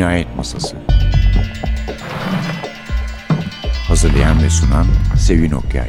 Cinayet Masası. Hazırlayan ve sunan Sevin Okyay.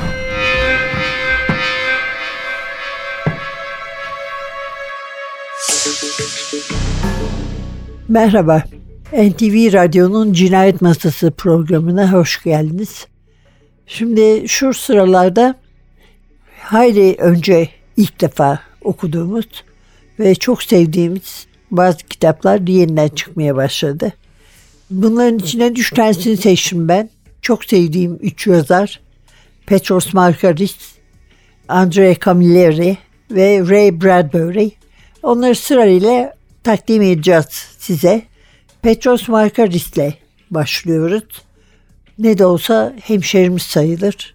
Merhaba, NTV Radyo'nun Cinayet Masası programına hoş geldiniz. Şimdi şu sıralarda hayli önce ilk defa okuduğumuz ve çok sevdiğimiz bazı kitaplar yeniden çıkmaya başladı. Bunların içinden 3 tanesini seçtim ben. Çok sevdiğim 3 yazar: Petros Markaris, Andrea Camilleri ve Ray Bradbury. Onları sırayla takdim edeceğiz size. Petros Markaris'le başlıyoruz. Ne de olsa hemşerimiz sayılır.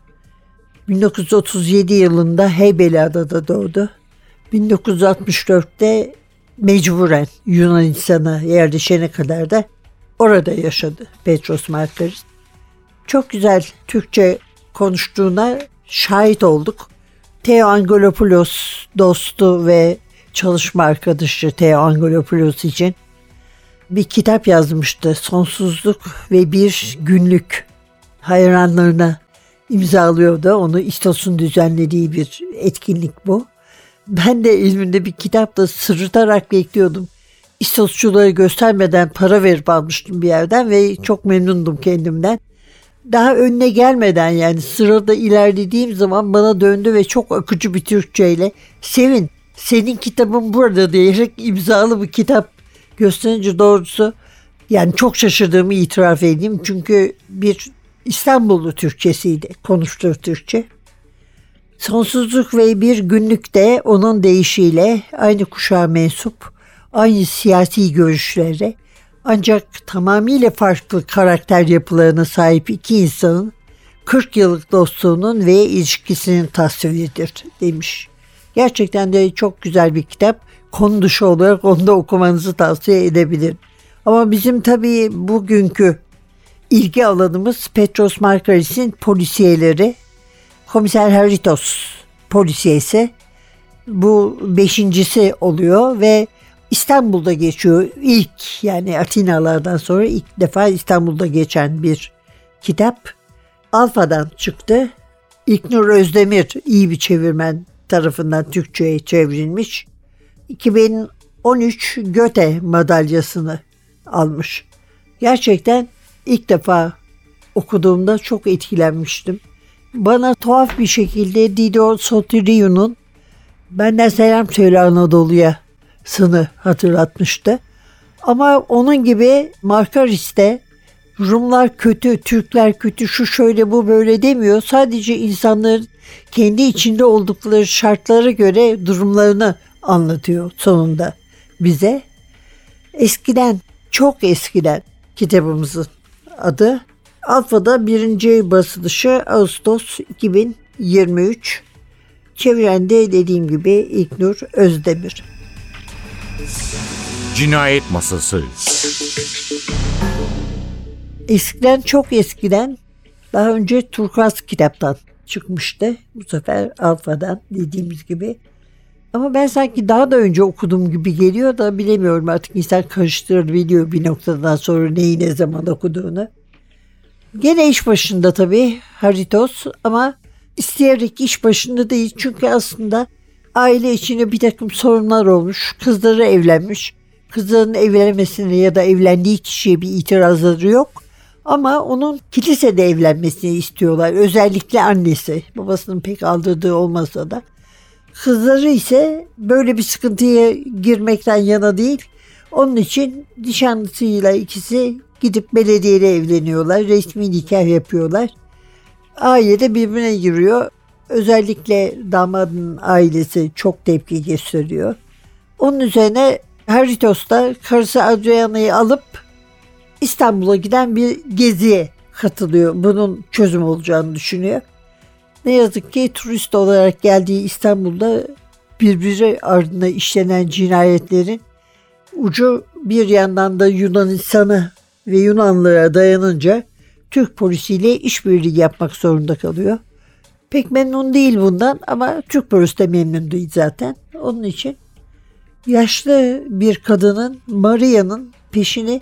1937 yılında Heybeliada'da doğdu. 1964'te mecburen Yunanistan'a yerleşene kadar da orada yaşadı Petros Markaris. Çok güzel Türkçe konuştuğuna şahit olduk. Theo Angelopoulos dostu ve çalışma arkadaşı Theo Angelopoulos için bir kitap yazmıştı. Sonsuzluk ve bir günlük hayranlarına imzalıyordu. Onu İstos'un düzenlediği bir etkinlik bu. Ben de elimde bir kitapla sırıtarak bekliyordum. İstosçuları göstermeden para verip almıştım bir yerden ve çok memnundum kendimden. Daha önüne gelmeden, yani sırada ilerlediğim zaman bana döndü ve çok akıcı bir Türkçeyle "Sevin, senin kitabın burada" diyerek imzalı bir kitap gösterince doğrusu yani çok şaşırdığımı itiraf edeyim. Çünkü bir İstanbullu Türkçesiydi, konuştuğu Türkçe. Sonsuzluk ve bir günlük de onun deyişiyle aynı kuşağa mensup, aynı siyasi görüşlere, ancak tamamıyla farklı karakter yapılarına sahip iki insanın 40 yıllık dostluğunun ve ilişkisinin tasviridir demiş. Gerçekten de çok güzel bir kitap. Konu dışı olarak onu da okumanızı tavsiye edebilirim. Ama bizim tabii bugünkü ilgi alanımız Petros Markaris'in polisiyeleri. Komiser Haritos polisiyesi. Bu 5.'si oluyor ve İstanbul'da geçiyor. İlk, yani Atinalardan sonra ilk defa İstanbul'da geçen bir kitap. Alfa'dan çıktı. İlknur Özdemir iyi bir çevirmen tarafından Türkçe'ye çevrilmiş. 2013 Göte madalyasını almış. Gerçekten ilk defa okuduğumda çok etkilenmiştim. Bana tuhaf bir şekilde Dido Soteriou'nun "Benden selam söyle Anadolu'ya" sını hatırlatmıştı. Ama onun gibi Markaris de Rumlar kötü, Türkler kötü, şu şöyle bu böyle demiyor. Sadece insanların kendi içinde oldukları şartlara göre durumlarını anlatıyor sonunda bize. Eskiden, çok eskiden kitabımızın adı. Alfa'da 1. basılışı Ağustos 2023. Çeviren de dediğim gibi İlknur Özdemir. Cinayet Masası. Eskiden, çok eskiden, daha önce Turkuaz kitaptan çıkmıştı. Bu sefer Alfa'dan dediğimiz gibi. Ama ben sanki daha da önce okuduğum gibi geliyor da bilemiyorum, artık insan karıştırır, biliyor bir noktadan sonra neyi ne zaman okuduğunu. Gene iş başında tabii Haritos, ama isteyerek iş başında değil. Çünkü aslında aile içinde bir takım sorunlar olmuş. Kızları evlenmiş. Kızlarının evlenmesine ya da evlendiği kişiye bir itirazları yok. Ama onun kilisede evlenmesini istiyorlar. Özellikle annesi. Babasının pek aldırdığı olmasa da. Kızları ise böyle bir sıkıntıya girmekten yana değil. Onun için nişanlısıyla ikisi gidip belediyeyle evleniyorlar. Resmi nikah yapıyorlar. Aile de birbirine giriyor. Özellikle damadın ailesi çok tepki gösteriyor. Onun üzerine Haritos da karısı Adriana'yı alıp İstanbul'a giden bir geziye katılıyor. Bunun çözüm olacağını düşünüyor. Ne yazık ki turist olarak geldiği İstanbul'da birbiri ardına işlenen cinayetlerin ucu bir yandan da Yunanistan'a ve Yunanlılara dayanınca Türk polisiyle işbirliği yapmak zorunda kalıyor. Pek memnun değil bundan, ama Türk polisi de memnun değil zaten. Onun için yaşlı bir kadının, Maria'nın peşini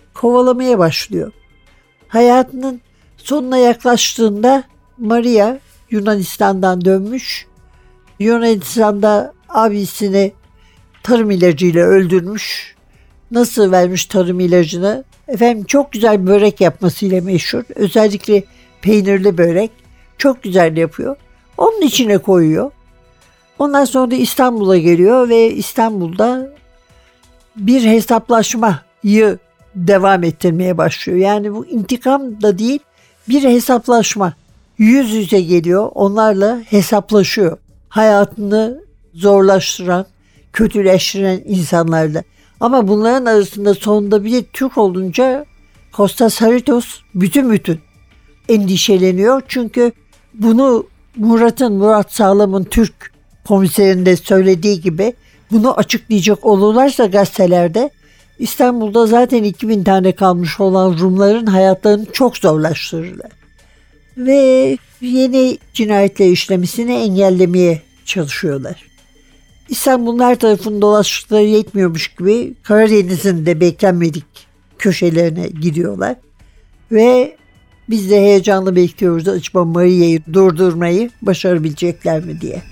kovalamaya başlıyor. Hayatının sonuna yaklaştığında Maria Yunanistan'dan dönmüş. Yunanistan'da abisini tarım ilacıyla öldürmüş. Nasıl vermiş tarım ilacını? Efendim çok güzel börek yapmasıyla meşhur. Özellikle peynirli börek. Çok güzel yapıyor. Onun içine koyuyor. Ondan sonra da İstanbul'a geliyor ve İstanbul'da bir hesaplaşmayı devam ettirmeye başlıyor. Yani bu intikam da değil, bir hesaplaşma. Yüz yüze geliyor, onlarla hesaplaşıyor. Hayatını zorlaştıran, kötüleştiren insanlarla. Ama bunların arasında sonunda bir de Türk olunca Kostas Haritos bütün endişeleniyor. Çünkü bunu Murat Sağlam'ın Türk komiserinde söylediği gibi bunu açıklayacak olurlarsa gazetelerde İstanbul'da zaten 2000 tane kalmış olan Rumların hayatlarını çok zorlaştırırlar. Ve yeni cinayetler işlemesini engellemeye çalışıyorlar. İstanbul'un her tarafını dolaştıkları yetmiyormuş gibi Karadeniz'in de beklenmedik köşelerine gidiyorlar. Ve biz de heyecanla bekliyoruz acaba Maria'yı durdurmayı başarabilecekler mi diye.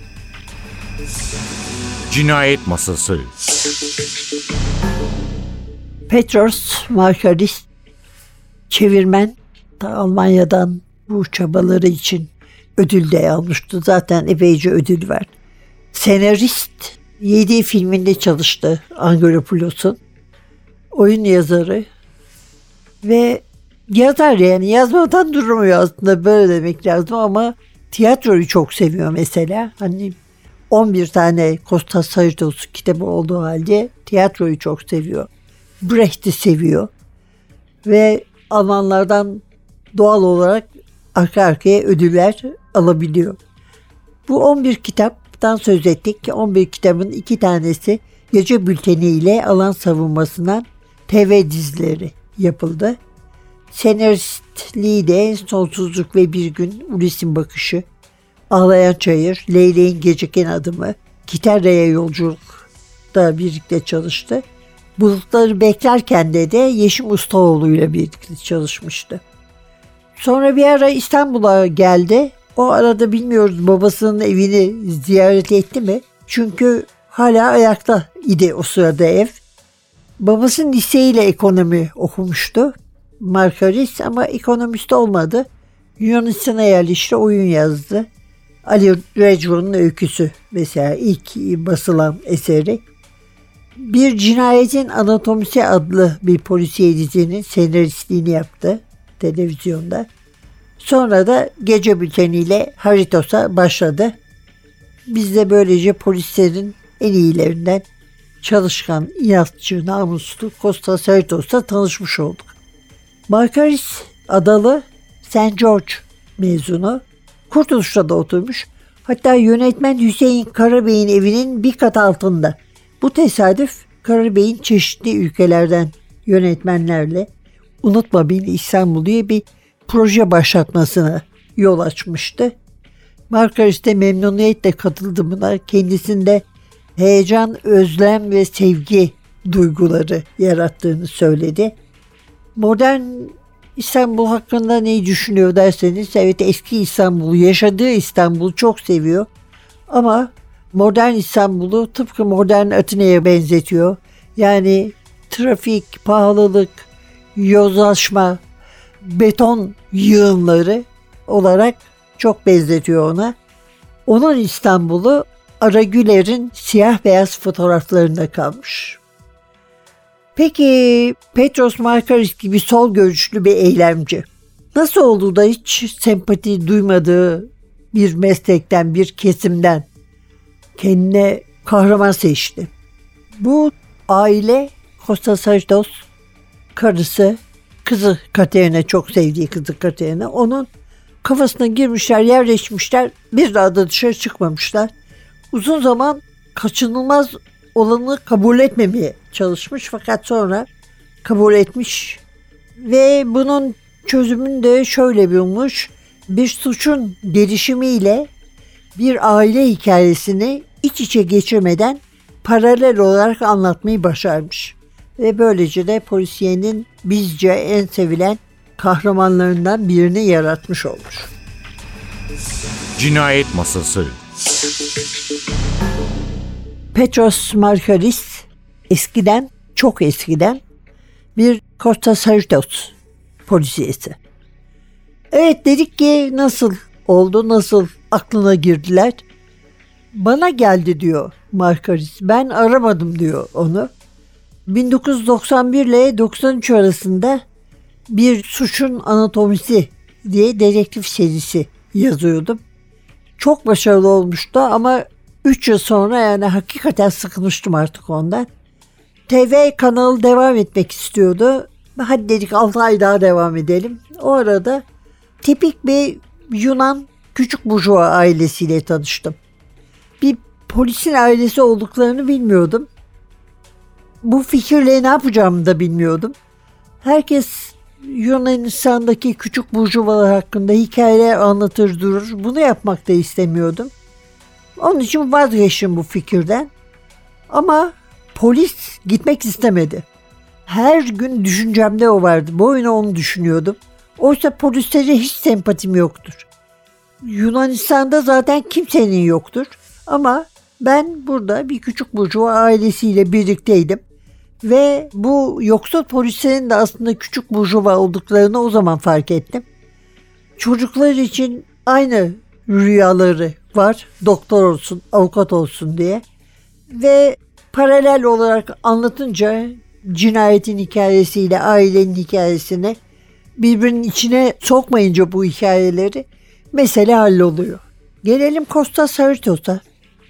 Cinayet Masası. Petros Markaris, çevirmen, Almanya'dan bu çabaları için ödül de almıştı. Zaten epeyce ödül var. Senarist, 7 filminde çalıştı Angelopoulos'un. Oyun yazarı ve yazar, yani yazmadan durmuyor aslında, böyle demek lazım, ama tiyatroyu çok seviyor mesela. Hani 11 tane Kostas Haritos kitabı olduğu halde tiyatroyu çok seviyor. Brecht'i seviyor ve Almanlardan doğal olarak arka arkaya ödüller alabiliyor. Bu 11 kitaptan söz ettik. 11 kitabın 2 tanesi Gece Bülteni ile Alan Savunması'ndan TV dizileri yapıldı. Senaristliği de Sonsuzluk ve Bir Gün, Ulis'in Bakışı, Ağlayan Çayır, Leylek'in Geciken Adımı, Kiterra'ya Yolculuk da birlikte çalıştı. Bulutları Beklerken de Yeşim Ustaoğlu ile birlikte çalışmıştı. Sonra bir ara İstanbul'a geldi. O arada bilmiyoruz babasının evini ziyaret etti mi? Çünkü hala ayakta idi o sırada ev. Babasının liseyle ekonomi okumuştu Markaris, ama ekonomist olmadı. Yunanistan'a yerleşti, oyun yazdı. Ali Recvo'nun Öyküsü mesela ilk basılan eseri. Bir Cinayetin Anatomisi adlı bir polisiye dizinin senaristliğini yaptı televizyonda. Sonra da Gece Bülteni'yle Haritos'a başladı. Biz de böylece polislerin en iyilerinden, çalışkan, inatçı, namuslu Kostas Haritos'la tanışmış olduk. Markaris Adalı, St. George mezunu. Kurtuluş'ta da oturmuş. Hatta yönetmen Hüseyin Karabey'in evinin bir kat altında. Bu tesadüf Karabey'in çeşitli ülkelerden yönetmenlerle Unutma Beni İstanbul diye bir proje başlatmasına yol açmıştı. Markaris de memnuniyetle katıldı buna. Kendisinde heyecan, özlem ve sevgi duyguları yarattığını söyledi. Modern İstanbul hakkında neyi düşünüyor derseniz, evet, eski İstanbul'u, yaşadığı İstanbul'u çok seviyor. Ama modern İstanbul'u tıpkı modern Atina'ya benzetiyor. Yani trafik, pahalılık, yozlaşma, beton yığınları olarak çok benzetiyor ona. Onun İstanbul'u Ara Güler'in siyah beyaz fotoğraflarında kalmış. Peki Petros Markaris gibi sol görüşlü bir eylemci nasıl oldu da hiç sempati duymadığı bir meslekten, bir kesimden kendine kahraman seçti? Bu aile, Kostas Haritos, karısı, kızı Katerina, çok sevdiği kızı Katerina, onun kafasına girmişler, yerleşmişler, bir daha da dışarı çıkmamışlar. Uzun zaman kaçınılmaz olanı kabul etmemeye çalışmış, fakat sonra kabul etmiş ve bunun çözümünü de şöyle bulmuş: bir suçun gelişimiyle bir aile hikayesini iç içe geçirmeden paralel olarak anlatmayı başarmış. ve böylece de polisiyenin bizce en sevilen kahramanlarından birini yaratmış olmuş. Cinayet Masası. Petros Markaris eskiden, çok eskiden bir Kostas Haritos polisiyesi. Evet, dedik ki nasıl oldu, nasıl aklına girdiler? Bana geldi diyor Markaris. Ben aramadım diyor onu. 1991 ile 93 arasında bir suçun anatomisi diye dedektif serisi yazıyordum. Çok başarılı olmuştu ama 3 yıl sonra yani hakikaten sıkılmıştım artık ondan. TV kanalı devam etmek istiyordu. Hadi dedik 6 ay daha devam edelim. O arada tipik bir Yunan küçük burjuva ailesiyle tanıştım. Bir polisin ailesi olduklarını bilmiyordum. Bu fikirle ne yapacağımı da bilmiyordum. Herkes Yunanistan'daki küçük burjuvalar hakkında hikayeler anlatır durur. Bunu yapmak da istemiyordum. Onun için vazgeçtim bu fikirden. Ama polis gitmek istemedi. Her gün düşüncemde o vardı. Boyuna onu düşünüyordum. Oysa polislere hiç sempatim yoktur. Yunanistan'da zaten kimsenin yoktur. Ama ben burada bir küçük burjuva ailesiyle birlikteydim. Ve bu yoksul polislerin de aslında küçük burjuva olduklarını o zaman fark ettim. Çocuklar için aynı rüyaları var. Doktor olsun, avukat olsun diye. Ve paralel olarak anlatınca cinayetin hikayesiyle ailenin hikayesini birbirinin içine sokmayınca bu hikayeleri mesele halloluyor. Gelelim Kostas Haritos'a.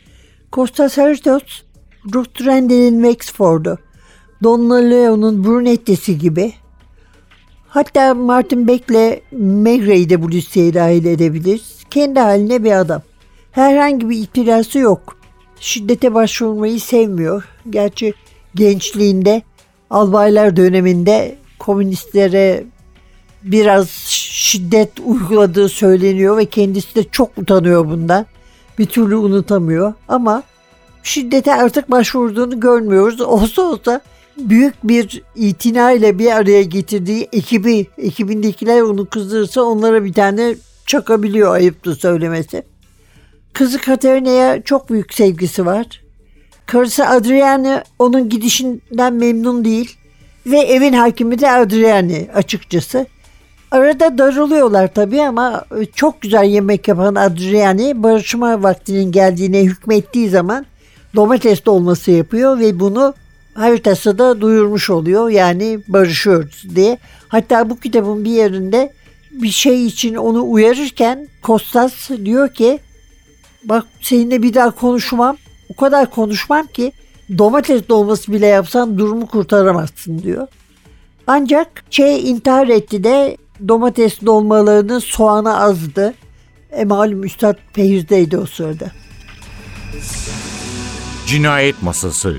Kostas Haritos, Ruth Rendell'in Wexford'u, Donna Leon'un Brunetti'si gibi. Hatta Martin Beck'le Megre'yi de bu listeye dahil edebiliriz. Kendi haline bir adam. Herhangi bir ihtirası yok. Şiddete başvurmayı sevmiyor. Gerçi gençliğinde, albaylar döneminde komünistlere biraz şiddet uyguladığı söyleniyor ve kendisi de çok utanıyor bundan. Bir türlü unutamıyor ama şiddete artık başvurduğunu görmüyoruz. Olsa büyük bir itinayla bir araya getirdiği ekibindekiler onu kızdırırsa onlara bir tane çakabiliyor, ayıptır söylemesi. Kızı Katerina'ya çok büyük sevgisi var. Karısı Adriani onun gidişinden memnun değil ve evin hakimi de Adriani açıkçası. Arada darılıyorlar tabii ama çok güzel yemek yapan Adriani barışma vaktinin geldiğine hükmettiği zaman domates dolması yapıyor ve bunu haritası da duyurmuş oluyor. Yani barışıyoruz diye. Hatta bu kitabın bir yerinde bir şey için onu uyarırken Kostas diyor ki bak seninle bir daha konuşmam. O kadar konuşmam ki domates dolması bile yapsan durumu kurtaramazsın diyor. Ancak intihar etti de domates dolmalarının soğanı azdı. Malum Üstad Pehir'deydi o sırada. Cinayet Masası.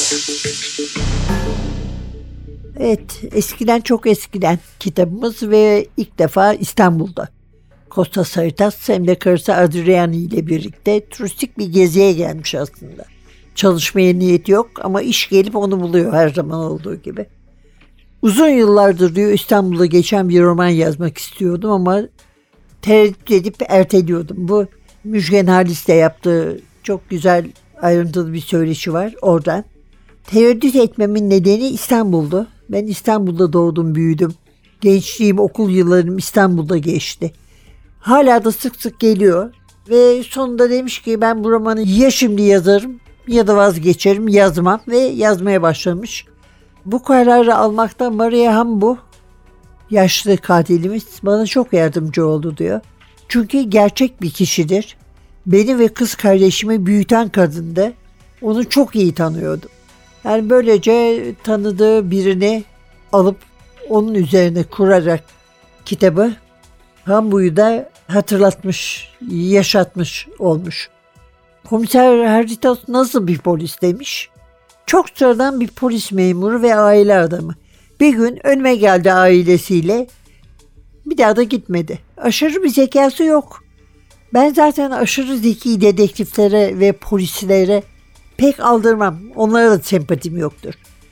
Evet, eskiden çok eskiden kitabımız ve ilk defa İstanbul'da. Kostas Haritos hem de karısı Adriani ile birlikte turistik bir geziye gelmiş aslında. Çalışmaya niyeti yok ama iş gelip onu buluyor her zaman olduğu gibi. Uzun yıllardır diyor İstanbul'da geçen bir roman yazmak istiyordum ama tereddüt edip erteliyordum. Bu Müjgan Halis'le yaptığı çok güzel ayrıntılı bir söyleşi var oradan. Tereddüt etmemin nedeni İstanbul'du. Ben İstanbul'da doğdum, büyüdüm. Gençliğim, okul yıllarım İstanbul'da geçti. Hala da sık sık geliyor. Ve sonunda demiş ki ben bu romanı ya şimdi yazarım ya da vazgeçerim, yazmam ve yazmaya başlamış. Bu kararı almakta Maria Hambu, yaşlı katilimiz, bana çok yardımcı oldu diyor. Çünkü gerçek bir kişidir. Beni ve kız kardeşimi büyüten kadındı. Onu çok iyi tanıyordum. Yani böylece tanıdığı birini alıp onun üzerine kurarak kitabı Hambu'yu da hatırlatmış, yaşatmış olmuş. Komiser Haritos nasıl bir polis demiş? Çok sıradan bir polis memuru ve aile adamı. Bir gün önüme geldi ailesiyle. Bir daha da gitmedi. Aşırı bir zekası yok. Ben zaten aşırı zeki dedektiflere ve polislere pek aldırmam. Onlara da sempatim yoktur.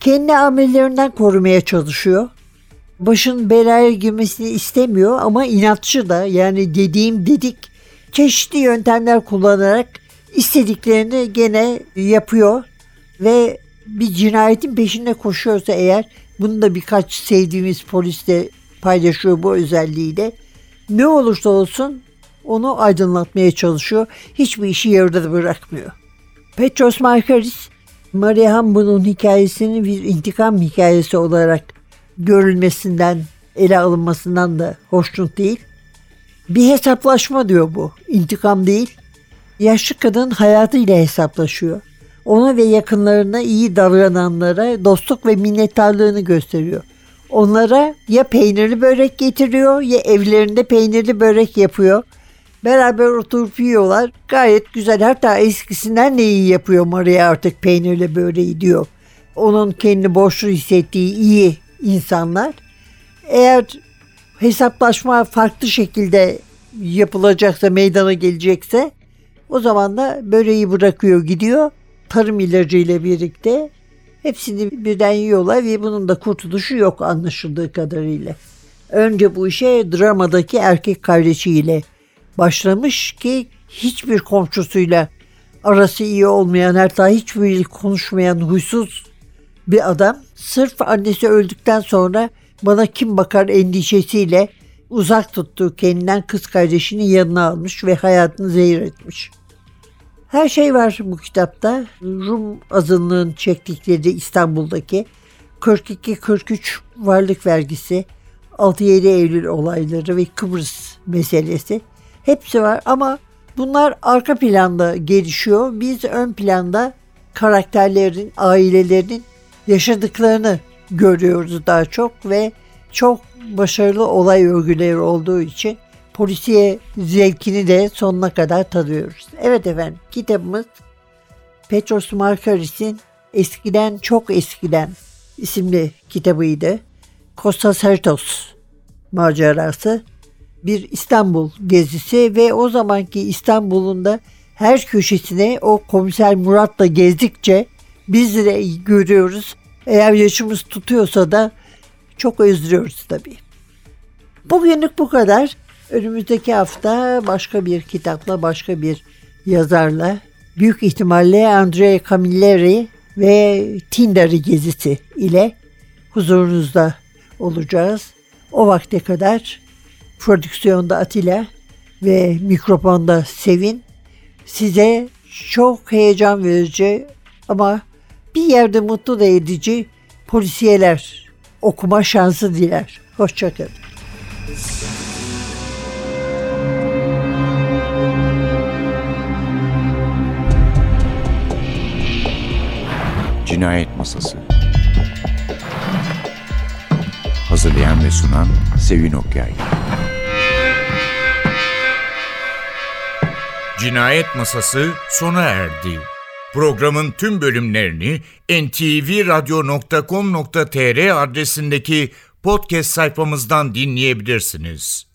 Kendi amirlerinden korumaya çalışıyor. Başın belaya girmesini istemiyor ama inatçı da, yani dediğim dedik, çeşitli yöntemler kullanarak istediklerini gene yapıyor ve bir cinayetin peşinde koşuyorsa eğer, bunu da birkaç sevdiğimiz polis de paylaşıyor bu özelliğiyle. Ne olursa olsun onu aydınlatmaya çalışıyor. Hiçbir işi yarıda bırakmıyor. Petros Markaris, Maria Hambo'nun hikayesinin bir intikam hikayesi olarak görülmesinden, ele alınmasından da hoşnut değil. Bir hesaplaşma diyor bu. İntikam değil. Yaşlı kadın hayatıyla hesaplaşıyor. Ona ve yakınlarına iyi davrananlara dostluk ve minnettarlığını gösteriyor. Onlara ya peynirli börek getiriyor ya evlerinde peynirli börek yapıyor. Beraber oturup yiyorlar. Gayet güzel. Hatta eskisinden de iyi yapıyor Maria artık peynirli böreği diyor. Onun kendi borçlu hissettiği iyi insanlar. Eğer hesaplaşma farklı şekilde yapılacaksa, meydana gelecekse, o zaman da böreği bırakıyor gidiyor. Tarım ilacıyla birlikte hepsini birden yiyorlar ve bunun da kurtuluşu yok anlaşıldığı kadarıyla. Önce bu işe dramadaki erkek kardeşiyle başlamış ki hiçbir komşusuyla arası iyi olmayan, hatta hiçbir konuşmayan huysuz bir adam sırf annesi öldükten sonra bana kim bakar endişesiyle uzak tuttuğu kendinden kız kardeşini yanına almış ve hayatını zehir etmiş. Her şey var bu kitapta. Rum azınlığın çektikleri İstanbul'daki 42-43 varlık vergisi, 6-7 Eylül olayları ve Kıbrıs meselesi hepsi var ama bunlar arka planda gelişiyor. Biz ön planda karakterlerin, ailelerin yaşadıklarını görüyoruz daha çok ve çok başarılı olay örgüleri olduğu için polisiye zevkini de sonuna kadar tadıyoruz. Evet efendim, kitabımız Petros Markaris'in Eskiden Çok Eskiden isimli kitabıydı. Kostas Haristos macerası, bir İstanbul gezisi ve o zamanki İstanbul'un da her köşesine o komiser Murat'la gezdikçe biz de görüyoruz. Eğer yaşımız tutuyorsa da çok özlüyoruz tabii. Bugünlük bu kadar. Önümüzdeki hafta başka bir kitapla, başka bir yazarla, büyük ihtimalle Andrea Camilleri ve Tindari gezisi ile huzurunuzda olacağız. O vakte kadar prodüksiyonda Atilla ve mikrofonda Sevin size çok heyecan verici ama bir yerde mutlu da edici polisiyeler okuma şansı diler. Hoşça kalın. Cinayet Masası. Hazırlayan ve sunan Sevin Okyay. Cinayet Masası sona erdi. Programın tüm bölümlerini ntvradio.com.tr adresindeki podcast sayfamızdan dinleyebilirsiniz.